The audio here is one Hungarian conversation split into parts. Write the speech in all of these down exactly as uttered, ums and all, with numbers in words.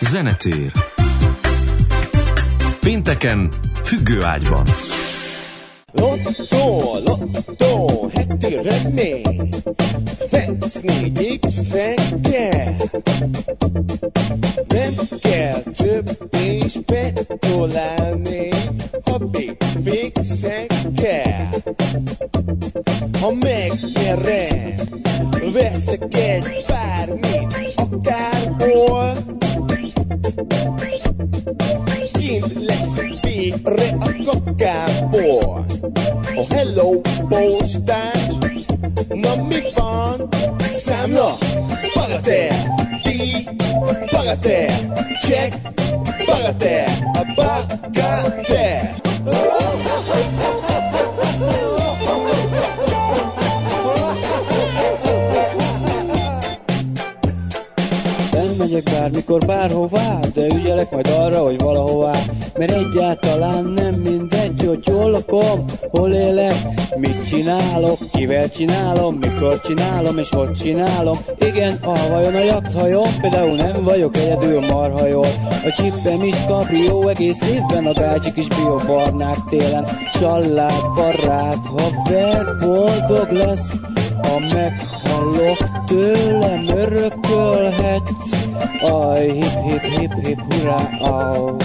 Zenetér. Pénteken Függőágyban. Lottó, lottó, heti remény, fetszni x-en kell. Nem kell többé spekulálni, ha még fixen kell. Ha megnyerem, veszek egy bármit, akárhol. Kint leszek végre a kakából. Oh, hello, postás, na mi van? Számla, bagatel, díj, bagatel, check, bagatel, a bagatel. Megyek bármikor, bárhová, de ügyelek majd arra, hogy valahová. Mert egyáltalán nem mindegy, hogy hol lakom, hol élek, mit csinálok, kivel csinálom, mikor csinálom és hogy csinálom. Igen, a havajon a jakthajom, például nem vagyok egyedül marhajol. A csippem is kaprió egész évben, a gácsik is biobarnák télen. Család, barát, haver, boldog lesz, ha meghallok tőlem, örökölhetsz. Aj, hip, hip, hip, hip, hurrá, au.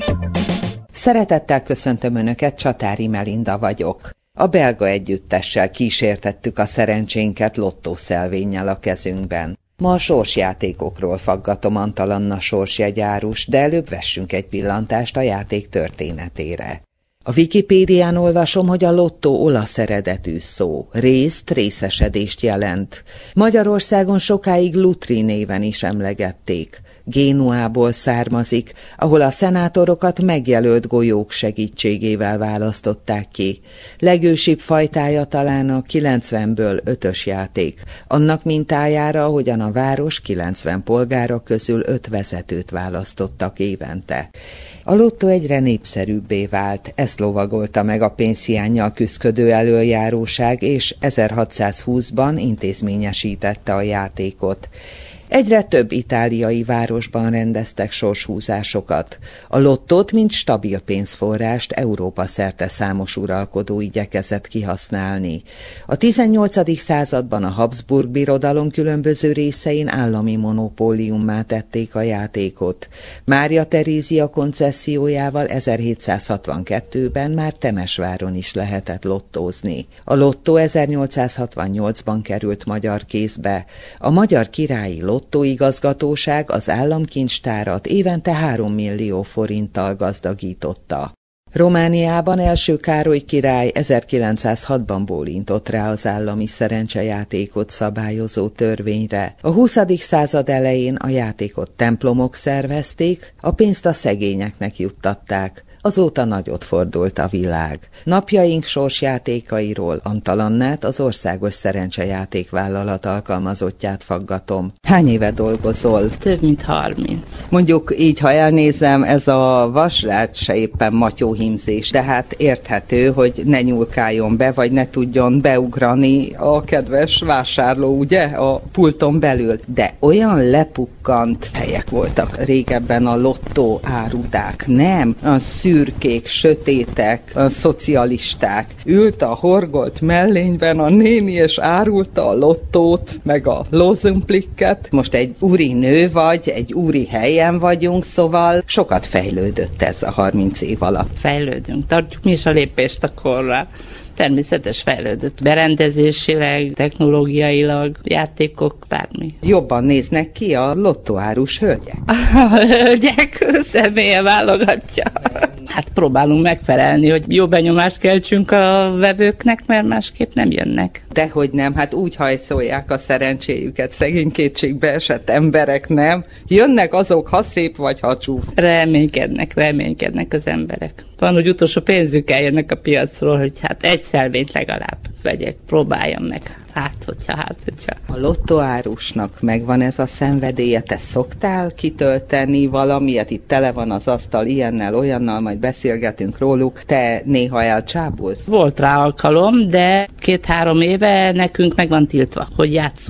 Szeretettel köszöntöm Önöket, Csatári Melinda vagyok. A belga együttessel kísértettük a szerencsénket lottószelvénnyel a kezünkben. Ma a sorsjátékokról faggatom Antal Anna sorsjegyárus, de előbb vessünk egy pillantást a játék történetére. A Wikipédián olvasom, hogy a lottó olasz eredetű szó, részt, részesedést jelent. Magyarországon sokáig Lutri néven is emlegették. Génuából származik, ahol a szenátorokat megjelölt golyók segítségével választották ki. Legősibb fajtája talán a kilencvenből ötös játék, annak mintájára, ahogyan a város kilencven polgára közül öt vezetőt választottak évente. A lottó egyre népszerűbbé vált, ezt lovagolta meg a pénzhiánnyal küszködő elöljáróság, és ezerhatszázhúszban intézményesítette a játékot. Egyre több itáliai városban rendeztek sorshúzásokat. A lottót, mint stabil pénzforrást Európa szerte számos uralkodó igyekezett kihasználni. A tizennyolcadik században a Habsburg birodalom különböző részein állami monopóliummá tették a játékot. Mária Terézia koncessziójával ezerhétszázhatvankettőben már Temesváron is lehetett lottózni. A lottó ezernyolcszázhatvannyolcban került magyar kézbe. A magyar királyi lottóigazgatóság az államkincstárat évente három millió forinttal gazdagította. Romániában első Károly király ezerkilencszázhatban bólintott rá az állami szerencsejátékot szabályozó törvényre. A huszadik század elején a játékot templomok szervezték, a pénzt a szegényeknek juttatták. Azóta nagyot fordult a világ. Napjaink sorsjátékairól Antal Annát, az Országos Szerencsejátékvállalat alkalmazottját faggatom. Hány éve dolgozol? Több mint harminc. Mondjuk így, ha elnézem, ez a vasrát se éppen matyóhímzés, de hát érthető, hogy ne nyúlkáljon be, vagy ne tudjon beugrani a kedves vásárló, ugye, a pulton belül. De olyan lepukkant helyek voltak régebben a lottó árudák, nem? A szürkék, sötétek, a szocialisták. Ült a horgolt mellényben a néni, és árulta a lottót, meg a lózumplikket. Most egy úri nő vagy, egy úri helyen vagyunk, szóval sokat fejlődött ez a harminc év alatt. Fejlődünk, tartjuk mi is a lépést a korral. Természetes fejlődött berendezésileg, technológiailag, játékok, bármi. Jobban néznek ki a lottóárus hölgyek? A hölgyek személye válogatja. Hát próbálunk megfelelni, hogy jó benyomást keltsünk a vevőknek, mert másképp nem jönnek. Dehogy nem, hát úgy hajszolják a szerencséjüket szegény kétségbe esett emberek, nem? Jönnek azok, ha szép vagy, ha csúf. Reménykednek, reménykednek az emberek. Van, hogy utolsó pénzükkel jönnek a piacról, hogy hát egy szelvényt legalább vegyek, próbáljam meg. Hát, hogyha, hát, hogyha. A lottóárusnak megvan ez a szenvedélye, te szoktál kitölteni valamilyet, itt tele van az asztal ilyennel, olyannal, majd beszélgetünk róluk, te néha elcsábulsz? Volt rá alkalom, de két-három éve nekünk meg van tiltva, hogy játszunk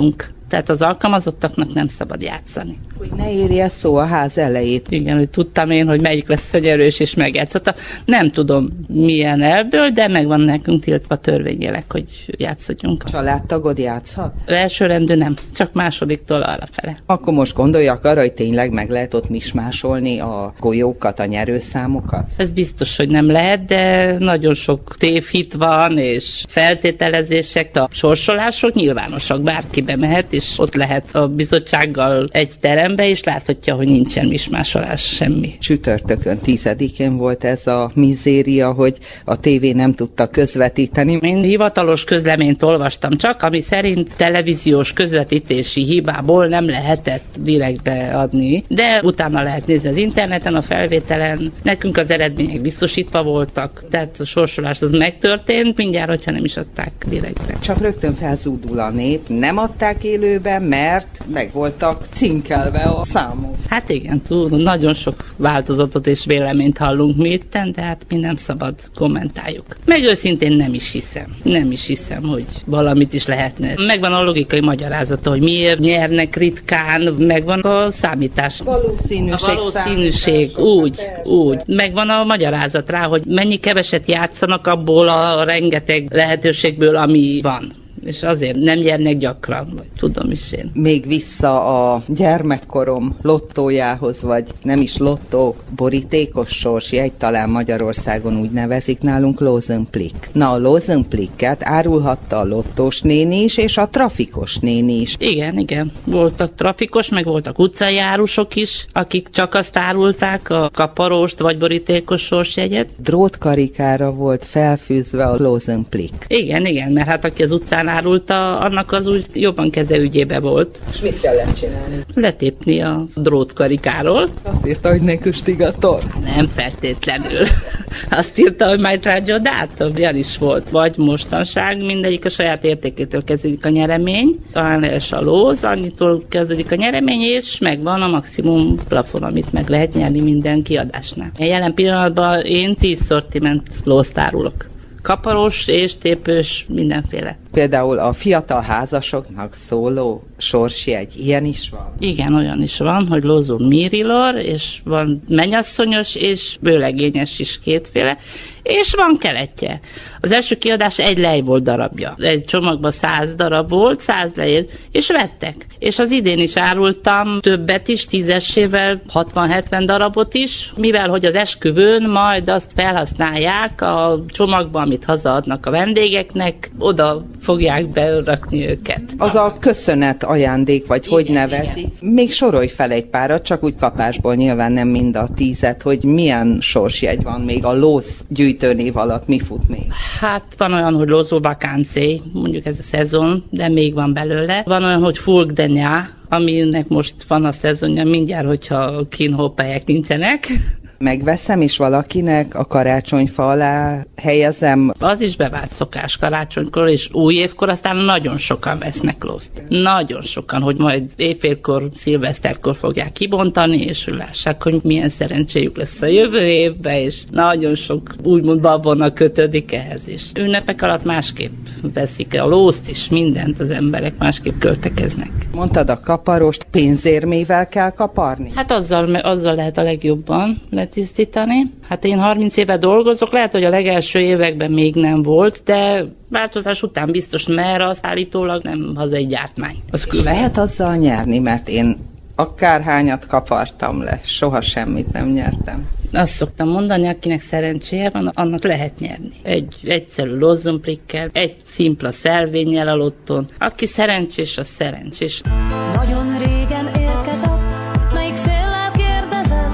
Tehát az alkalmazottaknak nem szabad játszani. Hogy ne érje szó a ház elejét. Igen, hogy tudtam én, hogy melyik lesz a erős, és megjátszotta. Nem tudom milyen elből, de megvan nekünk tiltva törvényileg, hogy játszodjunk. Családtagod játszhat? Elsőrendű nem, csak másodiktól arrafele. Akkor most gondoljak arra, hogy tényleg meg lehet ott mismásolni a golyókat, a nyerőszámokat? Ez biztos, hogy nem lehet, de nagyon sok tévhit van, és feltételezések, a sorsolások nyilvánosak, bárki bemehet, és ott lehet a bizottsággal egy terembe, és láthatja, hogy nincsen mismásolás, semmi. Csütörtökön tízedikén volt ez a mizéria, hogy a tévé nem tudta közvetíteni. Én hivatalos közleményt olvastam csak, ami szerint televíziós közvetítési hibából nem lehetett direktbe adni, de utána lehet nézni az interneten, a felvételen. Nekünk az eredmények biztosítva voltak, tehát a sorsolás az megtörtént, mindjárt, hogyha nem is adták direktbe. Csak rögtön felzúdul a nép, nem adták élőbe, mert meg voltak cinkelve a számok. Hát igen, túl, nagyon sok változatot és véleményt hallunk mi itten, de hát mi nem szabad kommentáljuk. Meg őszintén nem is hiszem. Nem is hiszem, hogy valamit is lehetne. Megvan a logikai magyarázata, hogy miért nyernek ritkán, megvan a számítás. Valószínűség. A valószínűség, úgy, persze. úgy. Megvan a magyarázat rá, hogy mennyi keveset játszanak abból a rengeteg lehetőségből, ami van. És azért nem nyernek gyakran, vagy tudom is én. Még vissza a gyermekkorom lottójához, vagy nem is lottó, borítékos sorsjegy, talán Magyarországon úgy nevezik, nálunk lózönplik. Na, a lózönplikket árulhatta a lottós néni is, és a trafikos néni is. Igen, igen. Voltak trafikos, meg voltak utcai árusok is, akik csak azt árulták, a kaparóst, vagy borítékos sorsjegyet. Drótkarikára volt felfűzve a lózönplik. Igen, igen, mert hát aki az utcán árulta, annak az úgy jobban kezeügyébe volt. És mit kellett csinálni? Letépni a drótkarikáról. Azt írta, hogy ne küstigator. Nem feltétlenül. Azt írta, hogy majd rá gyodátom. Ilyen is volt. Vagy mostanság, mindegyik a saját értékétől kezdődik a nyeremény. Talán első a lóz, annyitól kezdődik a nyeremény, és megvan a maximum plafon, amit meg lehet nyerni minden kiadásnál. Jelen pillanatban én tíz szortiment lózt árulok. Kaparós és tépős, mindenféle. Például a fiatal házasoknak szóló sorsjegy, ilyen is van? Igen, olyan is van, hogy lózó Mirilor, és van mennyasszonyos, és bőlegényes is kétféle, és van keletje. Az első kiadás egy lej volt darabja. Egy csomagban száz darab volt, száz lej, és vettek. És az idén is árultam többet is, tízessével, hatvan-hetven darabot is, mivel hogy az esküvőn majd azt felhasználják a csomagban, amit hazaadnak a vendégeknek, oda fogják berakni őket. Az a köszönet ajándék, vagy igen, hogy nevezi. Igen. Még sorolj fel egy párat, csak úgy kapásból nyilván nem mind a tízet, hogy milyen sorsjegy van még a lóz gyűjtőnév alatt, mi fut még? Hát van olyan, hogy lózó vakáncé, mondjuk ez a szezon, de még van belőle. Van olyan, hogy fulg de nyá, aminek most van a szezonja, mindjárt, hogyha kínhópelyek nincsenek. Megveszem, és valakinek a karácsonyfa alá helyezem. Az is bevált szokás karácsonykor, és új évkor aztán nagyon sokan vesznek lózt. Nagyon sokan, hogy majd évfélkor, szilveszterkor fogják kibontani, és lássák, hogy milyen szerencséjük lesz a jövő évben, és nagyon sok úgymond babona kötődik ehhez is. Ünnepek alatt másképp veszik a lózt is, mindent az emberek másképp költekeznek. Mondtad a kaparost, pénzérmével kell kaparni? Hát azzal, azzal lehet a legjobban letisztítani. Hát én harminc éve dolgozok, lehet, hogy a legelső években még nem volt, de változás után biztos, mert az állítólag nem hazai gyártmány. Az és lehet azzal nyerni, mert én akárhányat kapartam le, soha semmit nem nyertem. Azt szoktam mondani, akinek szerencséje van, annak lehet nyerni. Egy egyszerű lózömplikkel, egy szimpla szelvénnyel a lotton. Aki szerencsés, az szerencsés. Nagyon régen érkezett, melyik széllel kérdezed?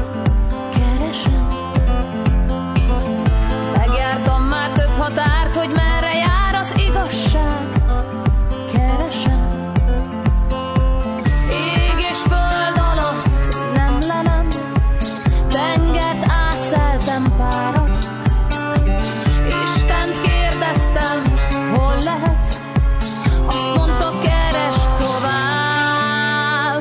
Keresem. Megjártam már több határt, hogy merre jár az igazság. Keresem. Ég és föld alatt nem lelem, tengert átszeltem párat. Istent kérdeztem, hol lehet, azt mondta, keresd tovább.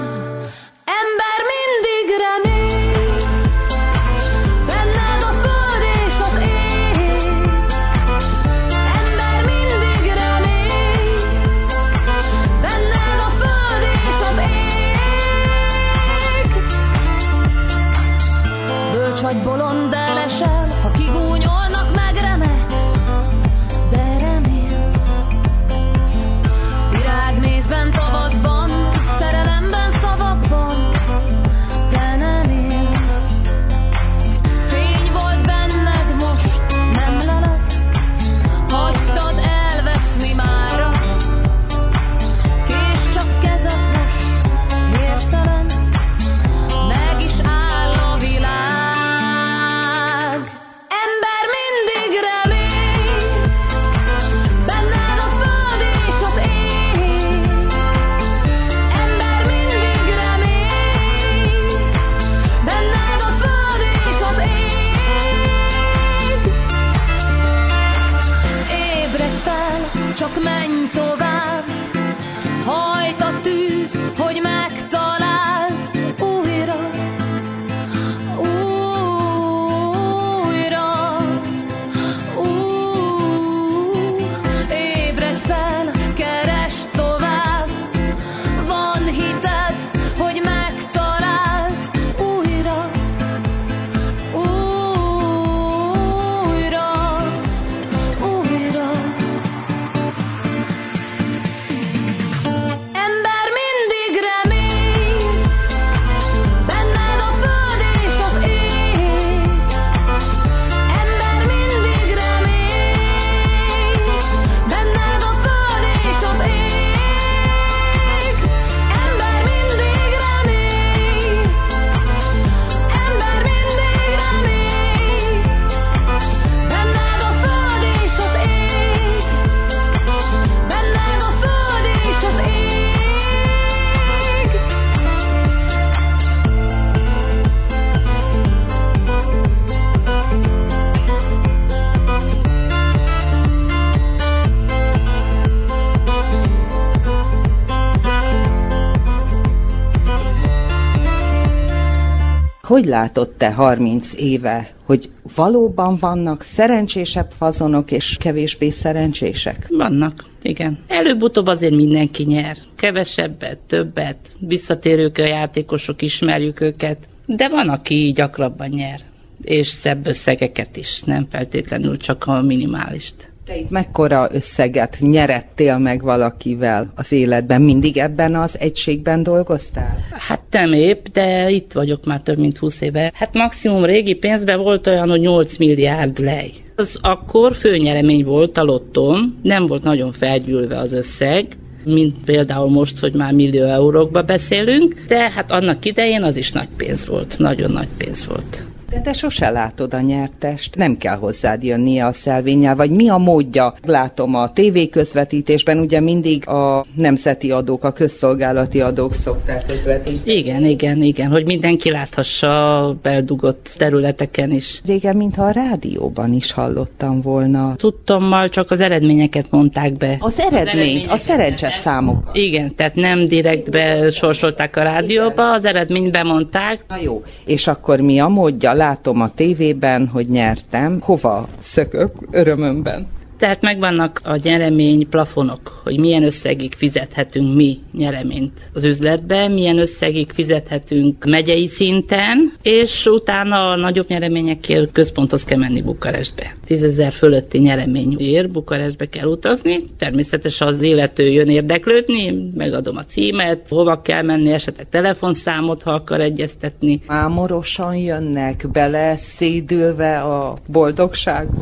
Hogy látod te harminc éve, hogy valóban vannak szerencsésebb fazonok és kevésbé szerencsések? Vannak, igen. Előbb-utóbb azért mindenki nyer. Kevesebbet, többet, visszatérők a játékosok, ismerjük őket, de van, aki gyakrabban nyer, és szebb összegeket is, nem feltétlenül csak a minimálist. Te itt mekkora összeget nyerettél meg valakivel az életben? Mindig ebben az egységben dolgoztál? Hát nem épp, de itt vagyok már több mint húsz éve. Hát maximum régi pénzben volt olyan, hogy nyolc milliárd lej. Az akkor főnyeremény volt a lottón, nem volt nagyon felgyűlve az összeg, mint például most, hogy már millió eurókba beszélünk, de hát annak idején az is nagy pénz volt, nagyon nagy pénz volt. De te sose látod a nyertest, nem kell hozzád jönnie a szelvénnyel, vagy mi a módja? Látom a tévéközvetítésben, ugye mindig a nemzeti adók, a közszolgálati adók szokták közvetíteni. Igen, igen, igen, hogy mindenki láthassa a beldugott területeken is. Régen, mintha a rádióban is hallottam volna. Tudtommal csak az eredményeket mondták be. Az eredményt, a szerencses számokat. Igen, tehát nem direktbe sorsolták a rádióba, az eredményt bemondták. Na jó, és akkor mi a módja? Látom a tévében, hogy nyertem. Hova szökök örömömben? Tehát megvannak a nyeremény plafonok, hogy milyen összegig fizethetünk mi nyereményt az üzletbe, milyen összegig fizethetünk megyei szinten, és utána a nagyobb nyereményekért központhoz kell menni Bukarestbe. tízezer fölötti nyereményért Bukarestbe kell utazni, természetesen az illető jön érdeklődni, megadom a címet, hova kell menni, esetleg telefonszámot, ha akar egyeztetni. Mámorosan jönnek bele, szédülve a boldogságba?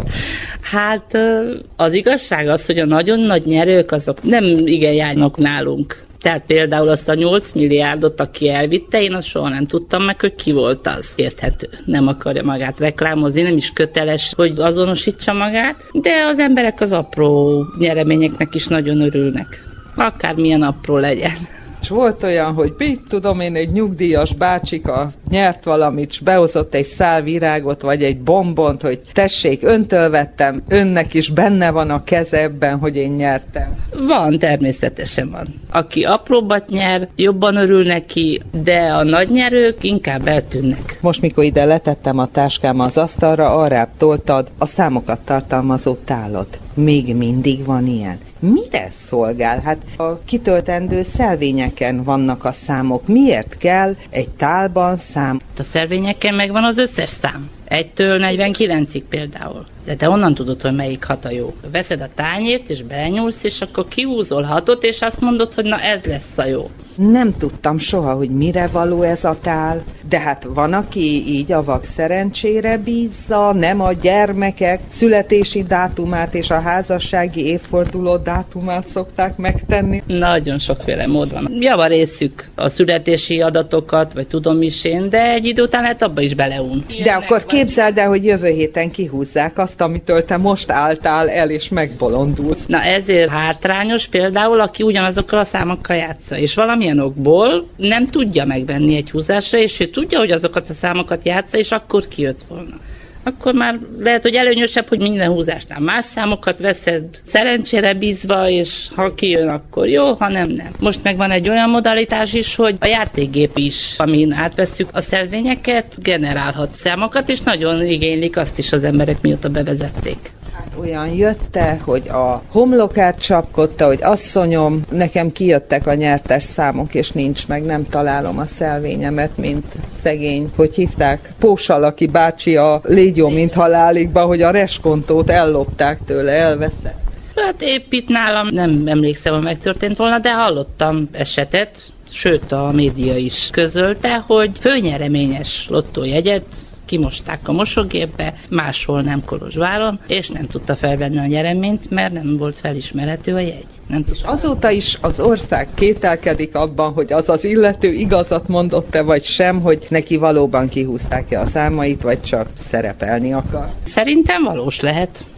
Hát az igazság az, hogy a nagyon nagy nyerők azok nem igen járnak nálunk. Tehát például azt a nyolc milliárdot, aki elvitte, én azt soha nem tudtam meg, hogy ki volt az. Érthető. Nem akarja magát reklámozni, nem is köteles, hogy azonosítsa magát, de az emberek az apró nyereményeknek is nagyon örülnek. Akármilyen apró legyen. És volt olyan, hogy mit tudom én, egy nyugdíjas bácsika nyert valamit, és behozott egy szál virágot, vagy egy bombont, hogy tessék, öntől vettem, önnek is benne van a keze ebben, hogy én nyertem. Van, természetesen van. Aki apróbbat nyer, jobban örül neki, de a nagy nyerők inkább eltűnnek. Most, mikor ide letettem a táskám az asztalra, arrább toltad a számokat tartalmazó tálot. Még mindig van ilyen. Mire szolgál? Hát a kitöltendő szelvényeken vannak a számok. Miért kell egy tálban szám? A szelvényeken megvan az összes szám. egytől negyvenkilencig például. De te onnan tudod, hogy melyik hat a jó. Veszed a tányért, és belenyúlsz, és akkor kihúzol hatot, és azt mondod, hogy na ez lesz a jó. Nem tudtam soha, hogy mire való ez a tál, de hát van, aki így a vak szerencsére bízza, nem a gyermekek születési dátumát és a házassági évforduló dátumát szokták megtenni. Nagyon sokféle mód van. Javarészük a születési adatokat, vagy tudom is én, de egy idő után lehet abba is beleún. De akkor képzeld el, hogy jövő héten kihúzzák azt, amitől te most álltál el, és megbolondulsz. Na ezért hátrányos például, aki ugyanazokkal a számokkal játsza, és valamilyen okból nem tudja megvenni egy húzásra, és ő tudja, hogy azokat a számokat játsza, és akkor kijött volna. Akkor már lehet, hogy előnyösebb, hogy minden húzásnál más számokat veszed, szerencsére bízva, és ha kijön, akkor jó, ha nem, nem. Most meg van egy olyan modalitás is, hogy a játékgép is, amin átvesszük a szelvényeket, generálhat számokat, és nagyon igénylik azt is az emberek, mióta bevezették. Hát olyan jötte, hogy a homlokát csapkodta, hogy asszonyom, nekem kijöttek a nyertes számok, és nincs meg, nem találom a szelvényemet, mint szegény, hogy hívták, Pósalaki bácsi a Légy jó, mint halálikba, hogy a reskontót ellopták tőle, elveszett. Hát épp itt nálam nem emlékszem, hogy megtörtént volna, de hallottam esetet, sőt a média is közölte, hogy főnyereményes lottójegyet kimosták a mosógépbe, máshol nem Kolozsváron, és nem tudta felvenni a nyereményt, mert nem volt felismerhető a jegy. Nem tudta. Azóta is az ország kételkedik abban, hogy az az illető igazat mondott-e, vagy sem, hogy neki valóban kihúzták-e a számait, vagy csak szerepelni akar. Szerintem valós lehet.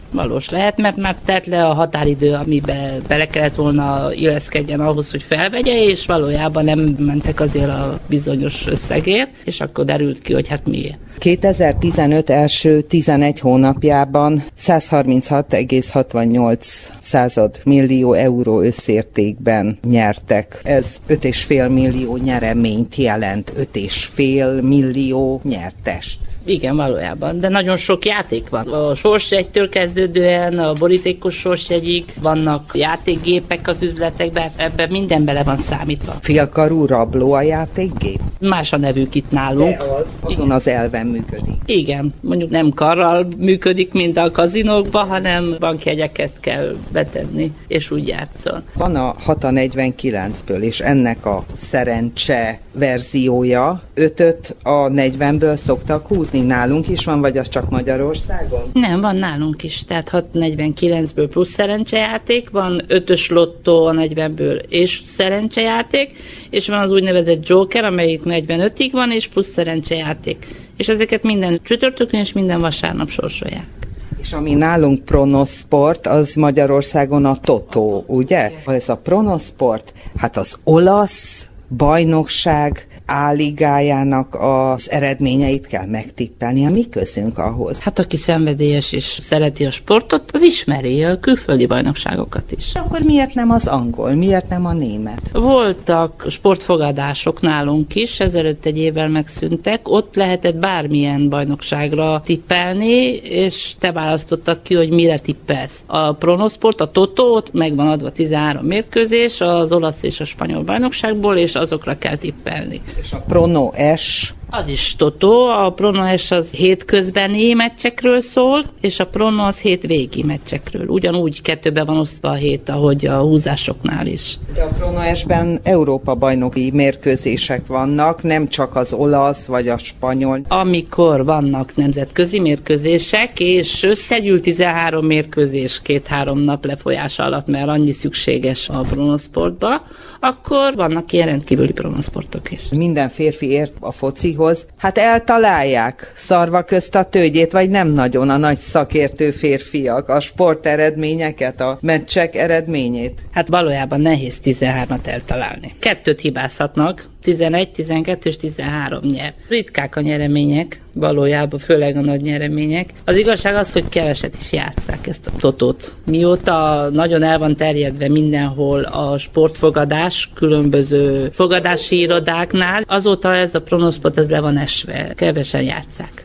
Valós lehet, mert már telt le a határidő, amiben bele kellett volna illeszkedjen ahhoz, hogy felvegye, és valójában nem mentek azért a bizonyos összegért, és akkor derült ki, hogy hát miért. kétezer-tizenöt első tizenegy hónapjában száz harminchat egész hatvannyolc millió euró összértékben nyertek. Ez öt egész öt millió nyereményt jelent, öt egész öt millió nyertest. Igen, valójában, de nagyon sok játék van. A sorsjegytől kezdődően a borítékos sorsjegyig vannak játékgépek az üzletekben, ebben minden bele van számítva. Félkarú rabló a játékgép? Más a nevük itt nálunk. De az, azon Igen. az elven működik. Igen, mondjuk nem karral működik, mint a kazinókban, hanem bankjegyeket kell betenni, és úgy játszol. Van a hat a negyvenkilencből, és ennek a szerencse verziója, ötöt a negyvenből szoktak húzni. Nálunk is van, vagy az csak Magyarországon? Nem, van nálunk is, tehát hat negyvenkilencből plusz szerencsejáték, van ötös lottó a negyvenből és szerencsejáték, és van az úgynevezett Joker, amelyik negyvenötig van, és plusz szerencsejáték. És ezeket minden csütörtökön és minden vasárnap sorsolják. És ami nálunk Pronosport, az Magyarországon a Totó, ugye? Ez a Pronosport, hát az olasz bajnokság A-ligájának az eredményeit kell megtippelni. A mi közünk ahhoz? Hát aki szenvedélyes és szereti a sportot, az ismeri a külföldi bajnokságokat is. De akkor miért nem az angol, miért nem a német? Voltak sportfogadások nálunk is, ezelőtt egy évvel megszűntek, ott lehetett bármilyen bajnokságra tippelni, és te választottad ki, hogy mire tippelsz. A Pronosport, a Totó, ott meg van adva tizenhárom mérkőzés az olasz és a spanyol bajnokságból, és azokra kell tippelni. És a Prono S? Az is Totó, a Prono S az hétközbeni meccsekről szól, és a Prono az hétvégi meccsekről. Ugyanúgy kettőbe van osztva a hét, ahogy a húzásoknál is. De a Prono S-ben Európa bajnoki mérkőzések vannak, nem csak az olasz vagy a spanyol. Amikor vannak nemzetközi mérkőzések, és összegyűl tizenhárom mérkőzés két-három nap lefolyása alatt, mert annyi szükséges a Pronosportba, akkor vannak ilyen rendkívüli Pronosportok is. Minden férfi ért a focihoz, hát eltalálják szarva közt a tőgyét, vagy nem nagyon a nagy szakértő férfiak, a sport eredményeket, a meccsek eredményét? Hát valójában nehéz tizenhármat eltalálni. Kettőt hibázhatnak, tizenegy, tizenkettő és tizenhárom nyer. Ritkák a nyeremények, valójában főleg a nagy nyeremények. Az igazság az, hogy keveset is játsszák ezt a totót. Mióta nagyon el van terjedve mindenhol a sportfogadás, különböző fogadási irodáknál, azóta ez a Pronosport ez le van esve, kevesen játsszák.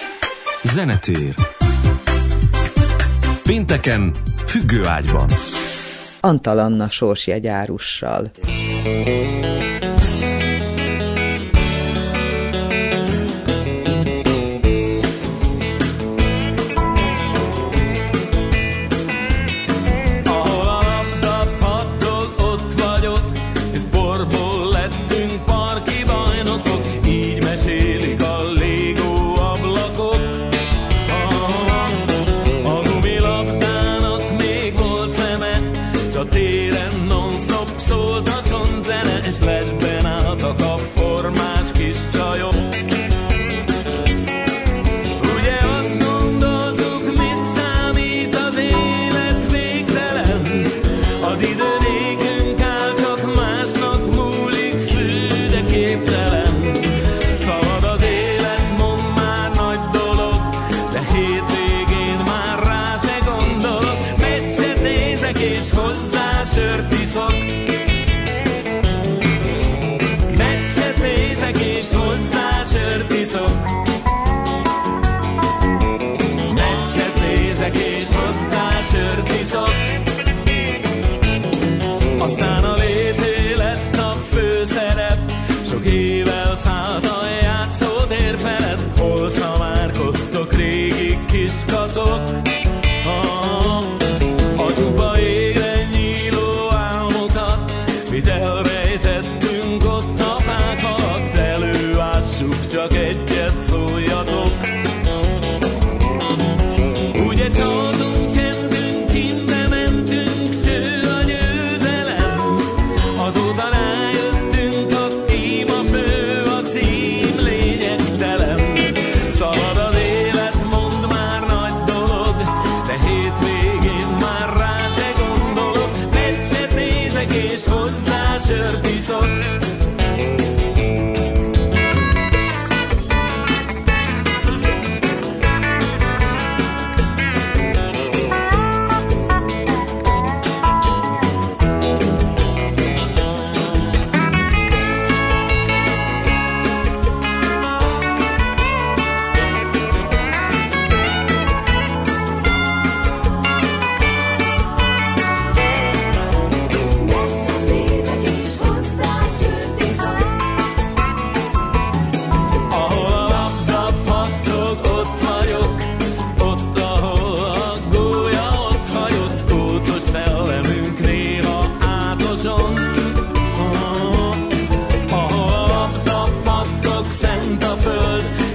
Zenetér. Pénteken Függőágyban. Antal Anna sorsjegyárussal. Aztán a lété lett a főszerep, sok ével szállt a játszótér felett, hol szamárkodtok régi kiskatok. A csupa égre nyíló álmokat, mit elrejtettünk ott a fák alatt, előássuk, csak egyet szóljatok. Ugye csaltunk, csendünk, csimbe mentünk, ső a győzelem. Azóta rájöttünk, a téma fő, a cím lényegtelen. Szalad az élet, mondd már nagy dolog, de hét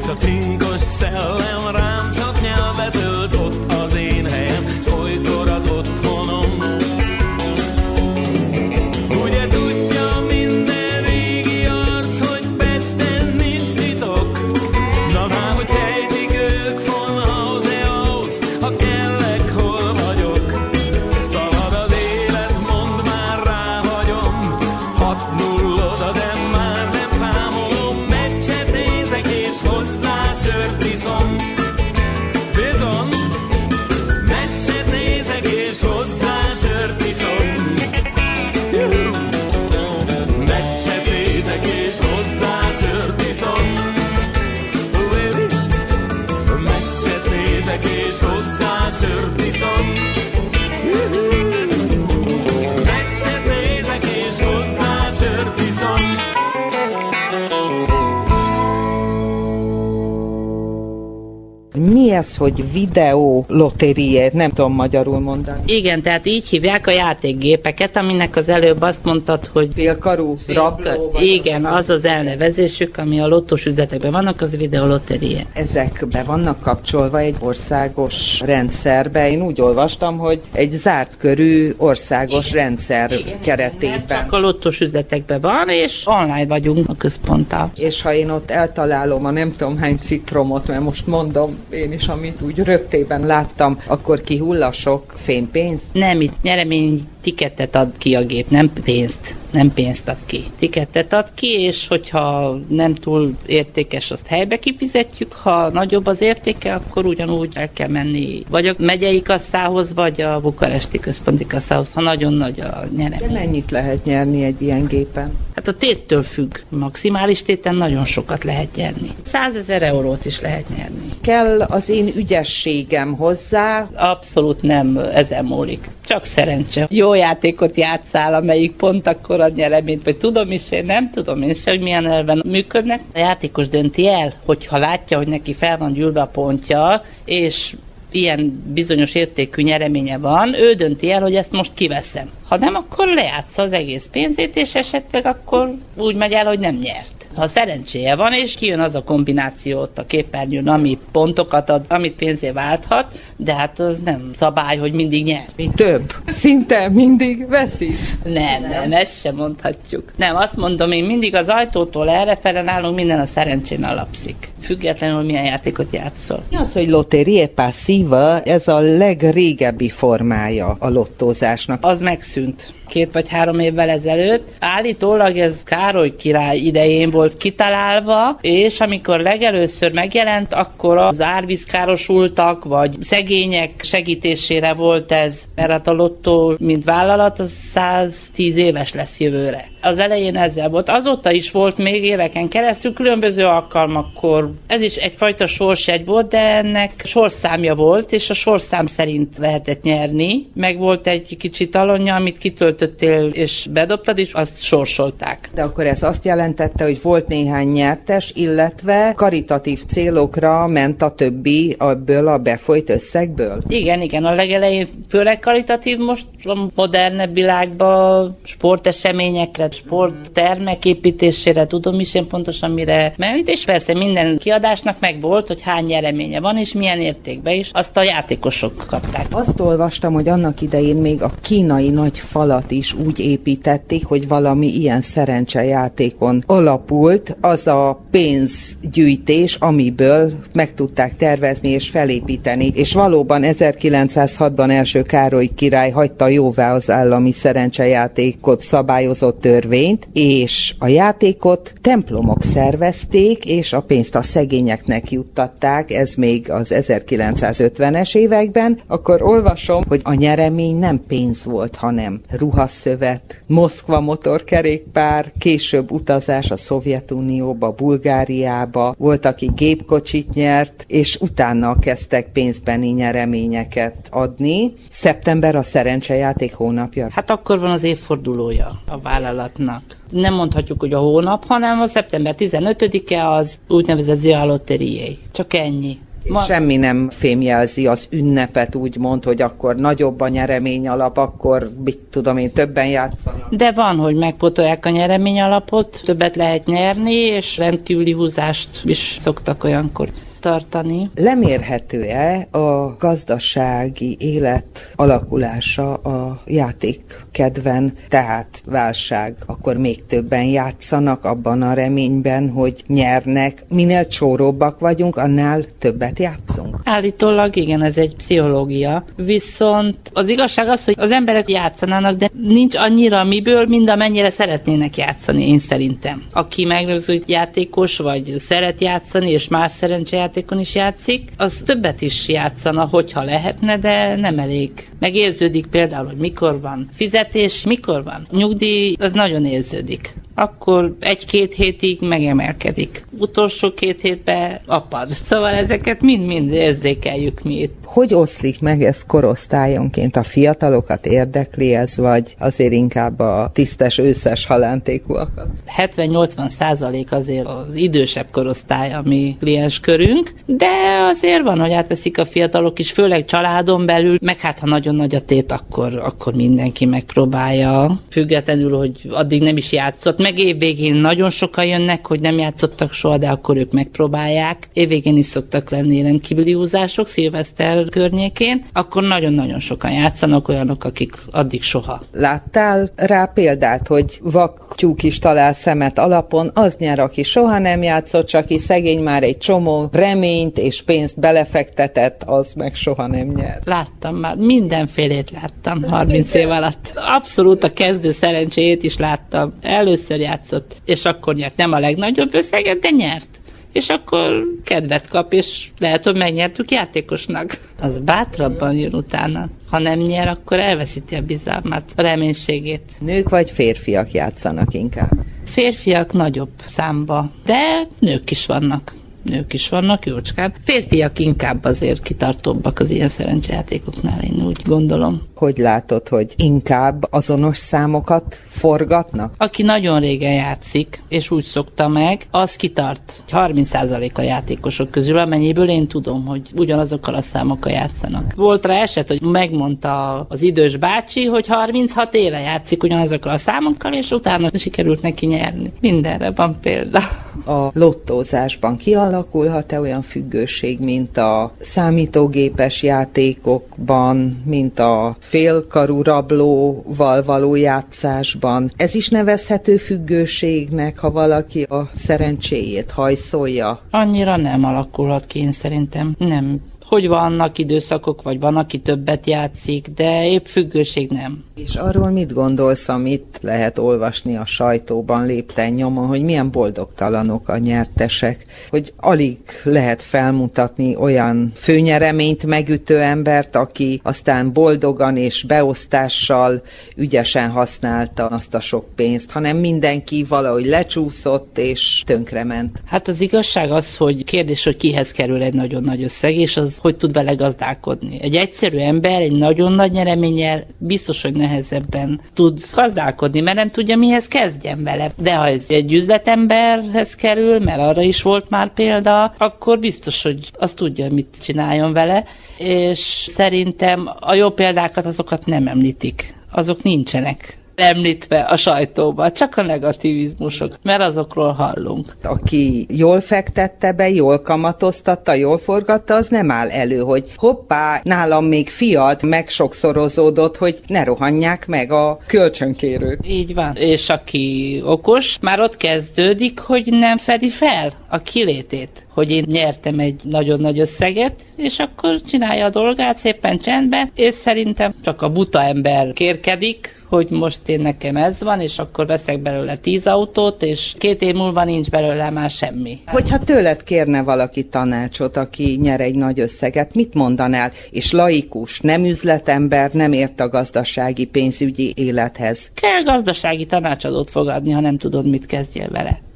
a cinkos szellem rám csak nyelvet ölt, ott az én helyem, s olykor az otthonom. Ugye tudja minden régi arc, hogy Pesten nincs titok. Na már, hogy sejtik ők, von Hause-Haus, ha kellek, hol vagyok. Szalad az élet, mondd már, rá vagyom, hat null, de már nem számolom, meccset nézek és hozzá sört iszom. Bizony, meccset nézek és hozzá sört iszom. Meccset nézek és hozzá sört iszom. Oh, baby. Meccset nézek és hozzá sört iszom. Meccset nézek és hozzá sört iszom. Mi ez, hogy videó loteriét? Nem tudom magyarul mondani. Igen, tehát így hívják a játékgépeket, aminek az előbb azt mondtad, hogy Félkarú, rabló. igen, az az elnevezésük, ami a lottós üzletekben vannak, az videoloterie. Ezek be vannak kapcsolva egy országos rendszerbe. Én úgy olvastam, hogy egy zárt körű országos igen. rendszer igen, keretében. Igen, csak a lottós üzletekben van, és online vagyunk a központtal. És ha én ott eltalálom a nem tudom hány citromot, mert most mondom én is, amit úgy röptében láttam, akkor kihull a sok fénypénz? Nem, itt nyeremény tiketet ad ki a gép, nem pénzt. Nem pénzt ad ki. Tiketet ad ki, és hogyha nem túl értékes, azt helybe kifizetjük, ha nagyobb az értéke, akkor ugyanúgy el kell menni vagy a megyei kasszához, vagy a bukaresti központi kasszához, ha nagyon nagy a nyeremény. De mennyit lehet nyerni egy ilyen gépen? Hát a téttől függ. Maximális téten nagyon sokat lehet nyerni. százezer eurót is lehet nyerni. Kell az én ügyességem hozzá? Abszolút nem ezen múlik. Csak szerencse. Jó játékot játszál, amelyik pont akkor ad nyereményt, vagy tudom is, én nem tudom én se, hogy milyen elven működnek. A játékos dönti el, hogyha látja, hogy neki fel van gyűlve a pontja, és ilyen bizonyos értékű nyereménye van, ő dönti el, hogy ezt most kiveszem. Ha nem, akkor lejátsza az egész pénzét, és esetleg akkor úgy megy el, hogy nem nyert. Ha szerencséje van, és kijön az a kombinációt a képernyőn, ami pontokat ad, amit pénzé válthat, de hát az nem szabály, hogy mindig nyer. Mi több? Szinte mindig veszít? Nem, nem, ezt sem mondhatjuk. Nem, azt mondom, én mindig az ajtótól errefele nálunk minden a szerencsén alapszik. Függetlenül milyen játékot játszol. Mi az, hogy loterie passiva, ez a legrégebbi formája a lottózásnak? Az megszűnt két vagy három évvel ezelőtt. Állítólag ez Károly király idején volt kitalálva, és amikor legelőször megjelent, akkor az árvízkárosultak, vagy szegények segítésére volt ez, mert hát a lottó, mint vállalat, az száztíz éves lesz jövőre. Az elején ezzel volt. Azóta is volt még éveken keresztül, különböző alkalmakkor. Ez is egyfajta sorsjegy volt, de ennek sorszámja volt, és a sorszám szerint lehetett nyerni. Meg volt egy kicsi talonja, amit kitöltöttél és bedobtad, és azt sorsolták. De akkor ez azt jelentette, hogy volt néhány nyertes, illetve karitatív célokra ment a többi ebből a befolyt összegből? Igen, igen, a legelején főleg karitatív, most a modernebb világban sporteseményekre, sporttermek építésére, tudom is én pontosan mire ment, és persze minden kiadásnak meg volt, hogy hány nyereménye van, és milyen értékben is, azt a játékosok kapták. Azt olvastam, hogy annak idején még a kínai nagy falat is úgy építették, hogy valami ilyen szerencsejátékon alapult az a pénzgyűjtés, amiből meg tudták tervezni és felépíteni, és valóban ezerkilencszázhatban első Károly király hagyta jóvá az állami szerencsejátékot szabályozott törvényt, és a játékot templomok szervezték, és a pénzt a szegényeknek juttatták, ez még az ezerkilencszázötvenes években, akkor olvasom, hogy a nyeremény nem pénz volt, hanem ruhaszövet, Moszkva motorkerékpár, később utazás a Szovjetunióba, Bulgáriába, volt, aki gépkocsit nyert, és utána kezdtek pénzbeni nyereményeket adni. Szeptember a szerencsejáték hónapja. Hát akkor van az évfordulója a vállalatnak. Nem mondhatjuk, hogy a hónap, hanem a szeptember tizenötödike az úgynevezett Zia Loterié. Csak ennyi. Ma... Semmi nem fémjelzi az ünnepet, úgymond, hogy akkor nagyobb a nyeremény alap, akkor mit tudom én, többen játszanak. De van, hogy megpotolják a nyeremény alapot, többet lehet nyerni, és rendkívüli húzást is szoktak olyankor tartani. Lemérhető-e a gazdasági élet alakulása a játékkedven, tehát válság, akkor még többen játszanak abban a reményben, hogy nyernek. Minél csóróbbak vagyunk, annál többet játszunk? Állítólag igen, ez egy pszichológia. Viszont az igazság az, hogy az emberek játszanának, de nincs annyira miből, mind amennyire szeretnének játszani, én szerintem. Aki megnézi, hogy játékos, vagy szeret játszani, és más szerencsejátékos is játszik, az többet is játszana, hogyha lehetne, de nem elég. Megérződik például, hogy mikor van fizetés, mikor van nyugdíj, az nagyon érződik. Akkor egy-két hétig megemelkedik. Utolsó két hétben apad. Szóval ezeket mind-mind érzékeljük mi itt. Hogy oszlik meg ez korosztályonként? A fiatalokat érdekli ez, vagy azért inkább a tisztes, őszes halántékúakat? hetven-nyolcvan százalék azért az idősebb korosztály a mi klienskörünk, de azért van, hogy átveszik a fiatalok is, főleg családon belül, meg hát ha nagyon nagy a tét, akkor, akkor mindenki megpróbálja, függetlenül, hogy addig nem is játszott. Meg évvégén nagyon sokan jönnek, hogy nem játszottak soha, de akkor ők megpróbálják. Évvégén is szoktak lenni rendkívüli húzások, szilveszter környékén, akkor nagyon-nagyon sokan játszanak, olyanok, akik addig soha. Láttál rá példát, hogy vaktyúk is talál szemet alapon, az nyer, aki soha nem játszott, csak aki szegény már egy csomó reményt és pénzt belefektetett, az meg soha nem nyer. Láttam már, mindenfélét láttam harminc év alatt. Abszolút a kezdő szerencséjét is láttam. Először játszott, és akkor nyert. Nem a legnagyobb összeget, de nyert. És akkor kedvet kap, és lehet, hogy megnyertük játékosnak. Az bátrabban jön utána. Ha nem nyer, akkor elveszíti a bizalmát, a reménységét. Nők vagy férfiak játszanak inkább? Férfiak nagyobb számba, de nők is vannak. Nők is vannak, jócskán. Férfiak inkább azért kitartóbbak az ilyen szerencsejátékoknál, én úgy gondolom. Hogy látod, hogy inkább azonos számokat forgatnak? Aki nagyon régen játszik, és úgy szokta meg, az kitart. harminc százalék a játékosok közül, amennyiből én tudom, hogy ugyanazokkal a számokkal játszanak. Volt rá eset, hogy megmondta az idős bácsi, hogy harminchat éve játszik ugyanazokkal a számokkal, és utána sikerült neki nyerni. Mindenre van példa. A lottózásban kialakulhat-e olyan függőség, mint a számítógépes játékokban, mint a félkarú rablóval való játszásban? Ez is nevezhető függőségnek, ha valaki a szerencséjét hajszolja? Annyira nem alakulhat ki, én szerintem. Nem. Hogy vannak időszakok, vagy van, aki többet játszik, de épp függőség nem. És arról mit gondolsz, amit lehet olvasni a sajtóban lépten nyomon, hogy milyen boldogtalanok a nyertesek, hogy alig lehet felmutatni olyan főnyereményt megütő embert, aki aztán boldogan és beosztással ügyesen használta azt a sok pénzt, hanem mindenki valahogy lecsúszott és tönkrement. Hát az igazság az, hogy kérdés, hogy kihez kerül egy nagyon nagy összeg, és az hogy tud vele gazdálkodni. Egy egyszerű ember egy nagyon nagy nyereménnyel biztos, hogy nehezebben tud gazdálkodni, mert nem tudja, mihez kezdjen vele. De ha ez egy üzletemberhez kerül, mert arra is volt már példa, akkor biztos, hogy azt tudja, mit csináljon vele, és szerintem a jó példákat azokat nem említik. Azok nincsenek említve a sajtóban, csak a negativizmusok, mert azokról hallunk. Aki jól fektette be, jól kamatoztatta, jól forgatta, az nem áll elő, hogy hoppá, nálam még fiat megsokszorozódott, hogy ne rohanják meg a kölcsönkérők. Így van. És aki okos, már ott kezdődik, hogy nem fedi fel a kilétét, hogy én nyertem egy nagyon nagy összeget, és akkor csinálja a dolgát szépen csendben, és szerintem csak a buta ember kérkedik, hogy most én nekem ez van, és akkor veszek belőle tíz autót, és két év múlva nincs belőle már semmi. Hogyha tőled kérne valaki tanácsot, aki nyer egy nagy összeget, mit mondanál? És laikus, nem üzletember, nem ért a gazdasági, pénzügyi élethez. Kell gazdasági tanácsadót fogadni, ha nem tudod, mit kezdjél vele.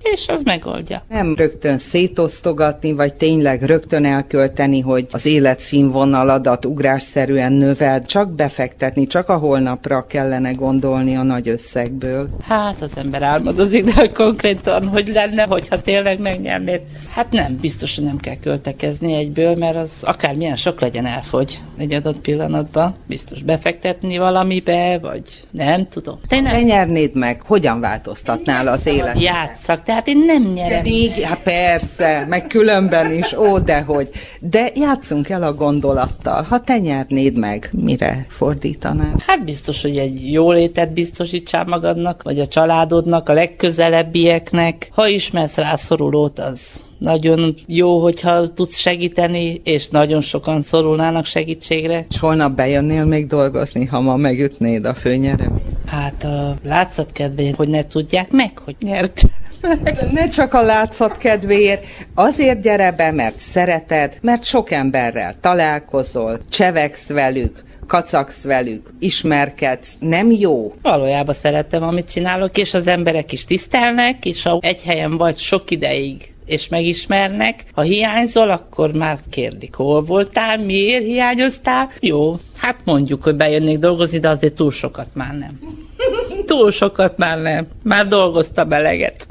és az megoldja. Nem rögtön szétosztogatni, vagy tényleg rögtön elkölteni, hogy az életszínvonaladat ugrásszerűen növeld, csak befektetni, csak a holnapra kellene gondolni a nagy összegből. Hát az ember álmodozik, de konkrétan, hogy lenne, hogyha tényleg megnyernéd. Hát nem, biztos, hogy nem kell költekezni egyből, mert az akármilyen sok legyen, elfogy egy adott pillanatban. Biztos befektetni valamibe, vagy nem tudom. Te, nem. Te nyernéd meg, hogyan változtatnál az életet? Játszak, tehát én nem nyerem. De még, hát persze, meg különben is, ó, dehogy. De játszunk el a gondolattal. Ha te nyernéd meg, mire fordítanád? Hát biztos, hogy egy jólétet biztosítsál magadnak, vagy a családodnak, a legközelebbieknek. Ha ismersz rászorulót, az nagyon jó, hogyha tudsz segíteni, és nagyon sokan szorulnának segítségre. És holnap bejönnél még dolgozni, ha ma megütnéd a főnyereményt? Hát a látszat kedvéért, hogy ne tudják meg, hogy nyert. Ne csak a látszat kedvéért, azért gyere be, mert szereted, mert sok emberrel találkozol, csevegsz velük, kacagsz velük, ismerkedsz, nem jó? Valójában szeretem, amit csinálok, és az emberek is tisztelnek, és ha egy helyen vagy sok ideig, és megismernek, ha hiányzol, akkor már kérdik, hol voltál, miért hiányoztál? Jó, hát mondjuk, hogy bejönnék dolgozni, de azért túl sokat már nem. Túl sokat már nem. Már dolgoztam eleget.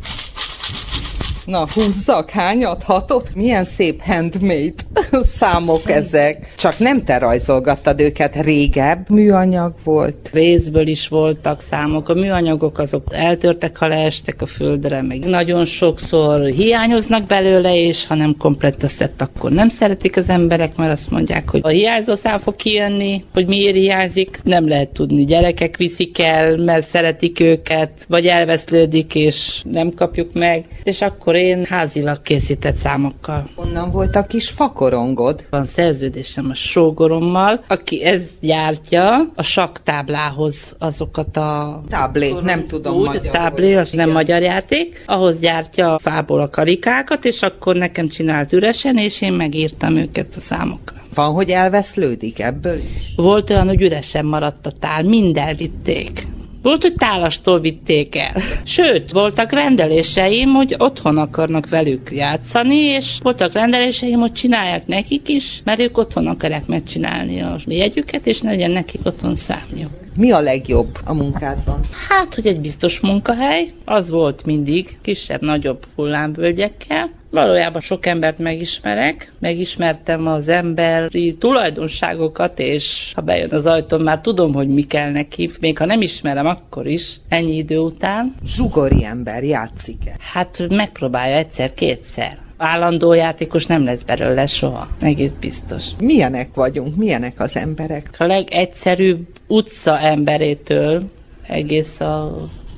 Na, húzzak, hányat, hatot? Milyen szép handmade számok ezek. Csak nem te rajzolgattad őket, régebb műanyag volt. Részből is voltak számok. A műanyagok azok eltörtek, ha leestek a földre, meg nagyon sokszor hiányoznak belőle, és ha nem komplett a szett, akkor nem szeretik az emberek, mert azt mondják, hogy a hiányzó szám fog kijönni, hogy miért hiányzik, nem lehet tudni. Gyerekek viszik el, mert szeretik őket, vagy elveszlődik, és nem kapjuk meg, és akkor én házilag készített számokkal. Honnan volt a kis fakorongod? Van szerződésem a sógorommal, aki ezt gyártja a saktáblához azokat a... Táblé, nem tudom úgy, magyarul. Táblé, az nem magyar játék. Ahhoz gyártja a fából a karikákat, és akkor nekem csinált üresen, és én megírtam őket a számokra. Van, hogy elveszlődik ebből is? Volt olyan, hogy üresen maradt a tál, mind elvitték. Volt, hogy tálastól vitték el. Sőt, voltak rendeléseim, hogy otthon akarnak velük játszani, és voltak rendeléseim, hogy csinálják nekik is, mert ők otthon akarják megcsinálni a jegyüket, és legyen nekik otthon számjuk. Mi a legjobb a munkádban? Hát, hogy egy biztos munkahely, az volt mindig, kisebb-nagyobb hullámvölgyekkel. Valójában sok embert megismerek, megismertem az emberi tulajdonságokat, és ha bejön az ajtón, már tudom, hogy mi kell neki, még ha nem ismerem, akkor is, ennyi idő után. Zsugori ember játszik-e? Hát megpróbálja egyszer-kétszer. Állandó játékos nem lesz belőle soha, egész biztos. Milyenek vagyunk, milyenek az emberek? A legegyszerűbb utca emberétől egész a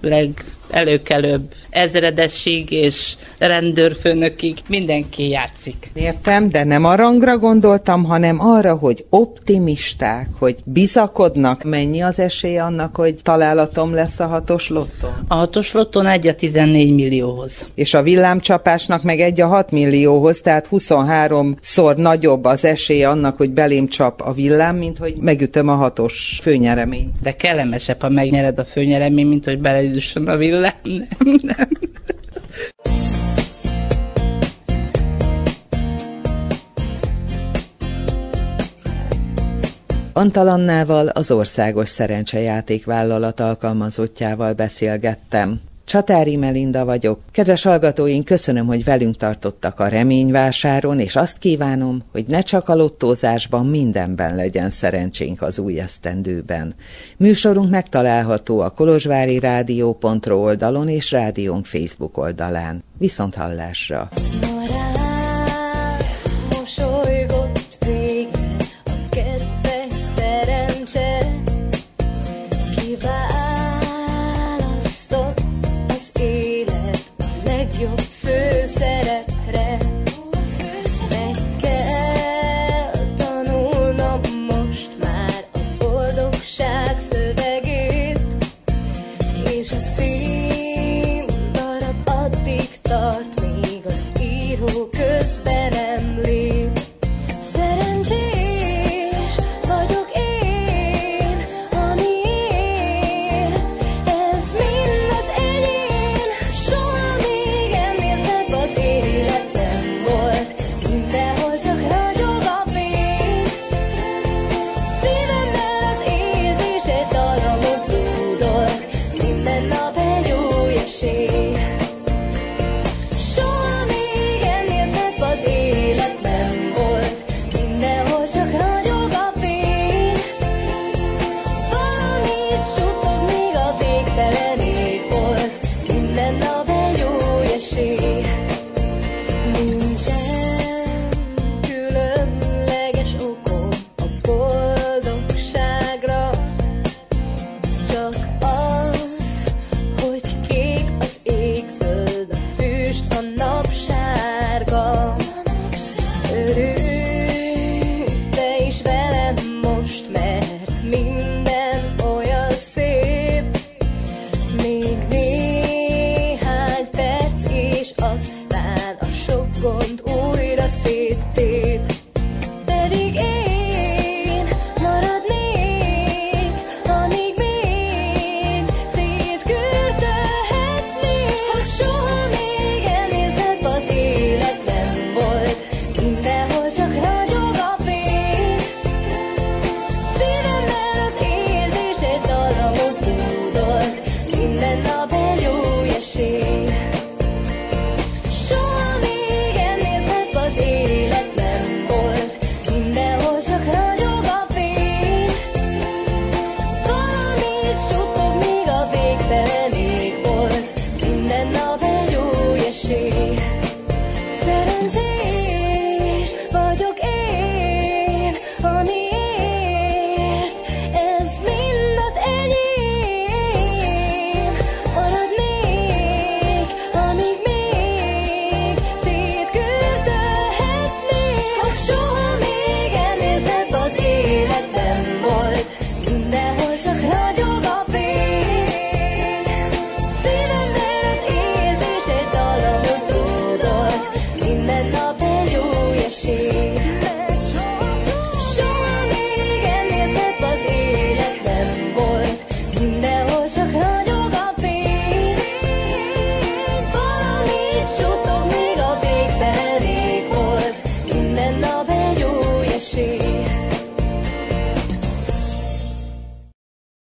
legelőkelőbb ezredesség és rendőrfőnökig mindenki játszik. Értem, de nem a rangra gondoltam, hanem arra, hogy optimisták, hogy bizakodnak. Mennyi az esély annak, hogy találatom lesz a hatos lotton? A hatos lotton egy a tizennégy millióhoz. És a villámcsapásnak meg egy a hat millióhoz, tehát huszonháromszor nagyobb az esély annak, hogy belém csap a villám, mint hogy megütöm a hatos főnyereményt. De kellemesebb, ha megnyered a főnyeremény, mint hogy beledüssön a villám. Nem, nem. Antal Annával, az Országos Szerencsejáték Vállalat alkalmazottjával beszélgettem. Csatári Melinda vagyok. Kedves hallgatóink, köszönöm, hogy velünk tartottak a reményvásáron, és azt kívánom, hogy ne csak a lottózásban, mindenben legyen szerencsénk az új esztendőben. Műsorunk megtalálható a kolozsvári rádió pont ro oldalon és rádiónk Facebook oldalán. Viszont hallásra! Jobb főszerepre meg kell tanulnom most már a boldogság szövegét, és a színdarab addig tart, míg az élet Örülj te is velem most, mert minden olyan szép. Még néhány perc és aztán a sok gond újra széttép.